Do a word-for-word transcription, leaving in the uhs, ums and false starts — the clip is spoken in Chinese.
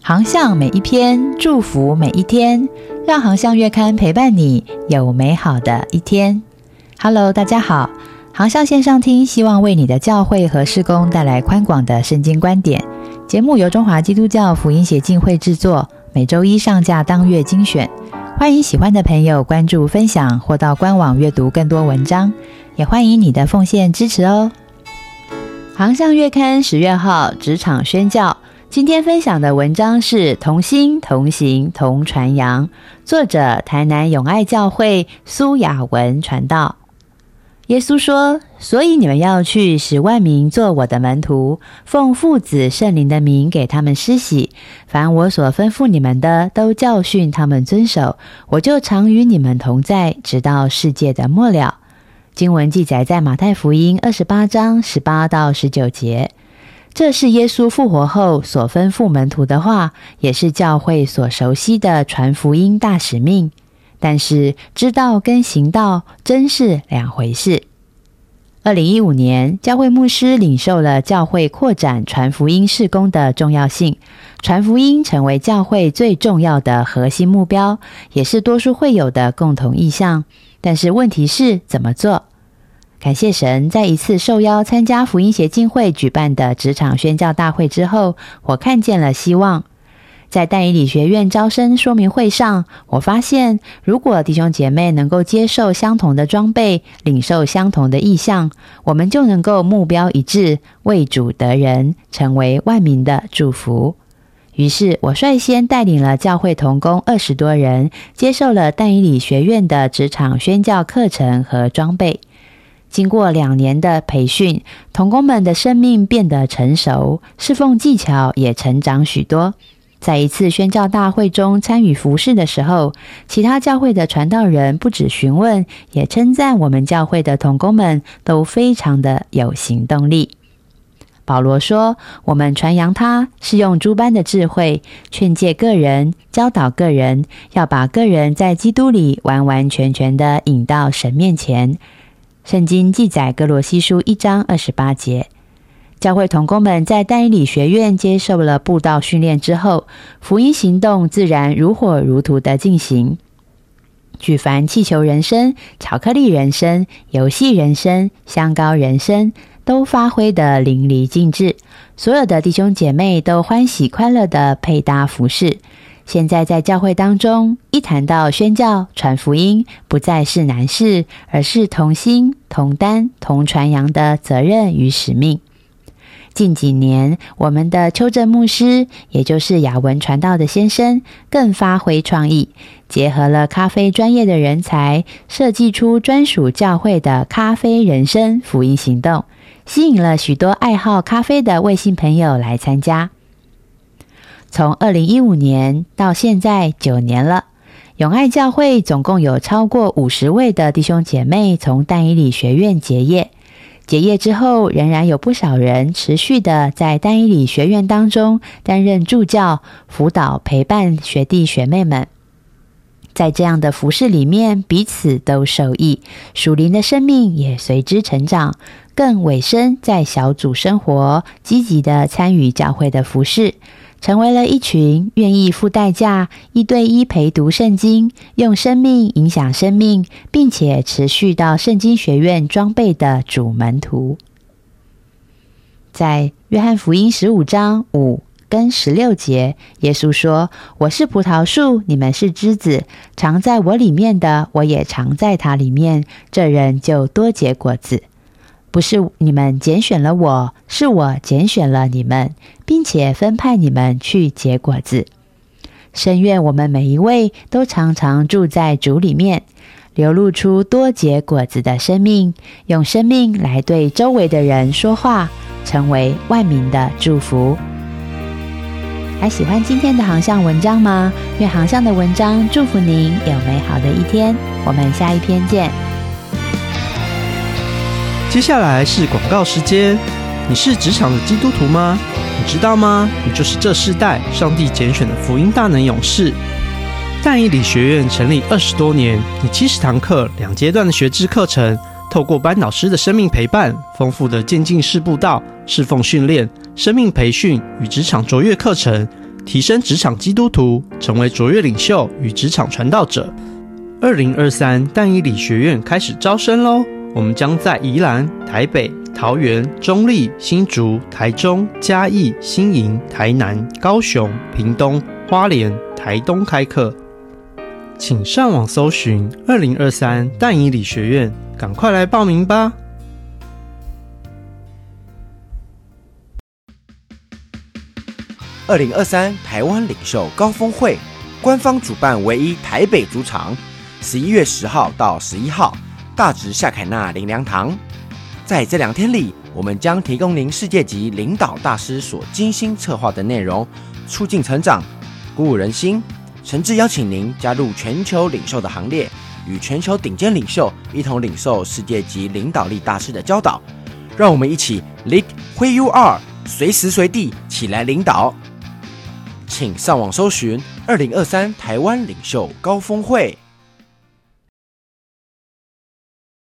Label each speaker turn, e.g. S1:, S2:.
S1: 航向每一篇，祝福每一天，让航向月刊陪伴你有美好的一天。Hello， 大家好，航向线上听，希望为你的教会和事工带来宽广的圣经观点。节目由中华基督教福音协进会制作，每周一上架当月精选。欢迎喜欢的朋友关注分享，或到官网阅读更多文章，也欢迎你的奉献支持哦。航向月刊十月号职场宣教，今天分享的文章是同心同行同传扬，作者台南永爱教会苏雅文传道。耶稣说，所以你们要去，使万民做我的门徒，奉父子圣灵的名给他们施洗，凡我所吩咐你们的，都教训他们遵守，我就常与你们同在，直到世界的末了。经文记载在马太福音二十八章十八到十九节。这是耶稣复活后所吩咐门徒的话，也是教会所熟悉的传福音大使命。但是知道跟行道真是两回事。二零一五年，教会牧师领受了教会扩展传福音事工的重要性，传福音成为教会最重要的核心目标，也是多数会友的共同意向。但是问题是怎么做？感谢神，在一次受邀参加福音协进会举办的职场宣教大会之后，我看见了希望。在但以理学院招生说明会上，我发现如果弟兄姐妹能够接受相同的装备，领受相同的意向，我们就能够目标一致，为主得人，成为万民的祝福。于是我率先带领了教会同工二十多人，接受了但以理学院的职场宣教课程和装备。经过两年的培训，同工们的生命变得成熟，侍奉技巧也成长许多。在一次宣教大会中参与服事的时候，其他教会的传道人不止询问，也称赞我们教会的同工们都非常的有行动力。保罗说，我们传扬他是用诸般的智慧，劝诫个人，教导个人，要把个人在基督里完完全全的引到神面前。圣经记载哥罗西书一章二十八节。教会同工们在但以理学院接受了布道训练之后，福音行动自然如火如荼的进行。举凡气球人生、巧克力人生、游戏人生、香膏人生都发挥得淋漓尽致，所有的弟兄姐妹都欢喜快乐的配搭服事。现在在教会当中，一谈到宣教传福音，不再是难事，而是同心同担同传扬的责任与使命。近几年，我们的邱正牧师，也就是雅文传道的先生，更发挥创意，结合了咖啡专业的人才，设计出专属教会的咖啡人生福音行动，吸引了许多爱好咖啡的卫信朋友来参加。从二零一五年到现在九年了，永爱教会总共有超过五十位的弟兄姐妹从但以理学院结业。结业之后，仍然有不少人持续的在但以理学院当中担任助教、辅导、陪伴学弟学妹们。在这样的服事里面，彼此都受益，属灵的生命也随之成长，更委身在小组生活，积极的参与教会的服事，成为了一群愿意付代价一对一陪读圣经，用生命影响生命，并且持续到圣经学院装备的主门徒。在约翰福音十五章五跟十六节，耶稣说，我是葡萄树，你们是枝子，常在我里面的，我也常在他里面，这人就多结果子。不是你们拣选了我，是我拣选了你们，并且分派你们去结果子。深愿我们每一位都常常住在主里面，流露出多结果子的生命，用生命来对周围的人说话，成为万民的祝福。还喜欢今天的航向文章吗？愿航向的文章祝福您有美好的一天，我们下一篇见。
S2: 接下来是广告时间。你是职场的基督徒吗？你知道吗？你就是这世代上帝拣选的福音大能勇士。但以理学院成立二十多年，以七十堂课、两阶段的学制课程，透过班导师的生命陪伴、丰富的渐进式布道、侍奉训练、生命培训与职场卓越课程， 提升职场基督徒，成为卓越领袖与职场传道者。二零二三但以理学院开始招生咯，我们将在宜兰、台北、桃园、中壢、新竹、台中、嘉义、新营、台南、高雄、屏东、花莲、台东开课，请上网搜寻二零二三但以理学院，赶快来报名吧！
S3: 二零二三台湾领袖高峰会官方主办唯一台北主场，十一月十号到十一号，大直夏凯纳灵粮堂。在这两天里，我们将提供您世界级领导大师所精心策划的内容，促进成长，鼓舞人心。诚挚邀请您加入全球领袖的行列，与全球顶尖领袖一同领受世界级领导力大师的教导。让我们一起 Lead Where You Are， 随时随地起来领导。请上网搜寻二零二三台湾领袖高峰会。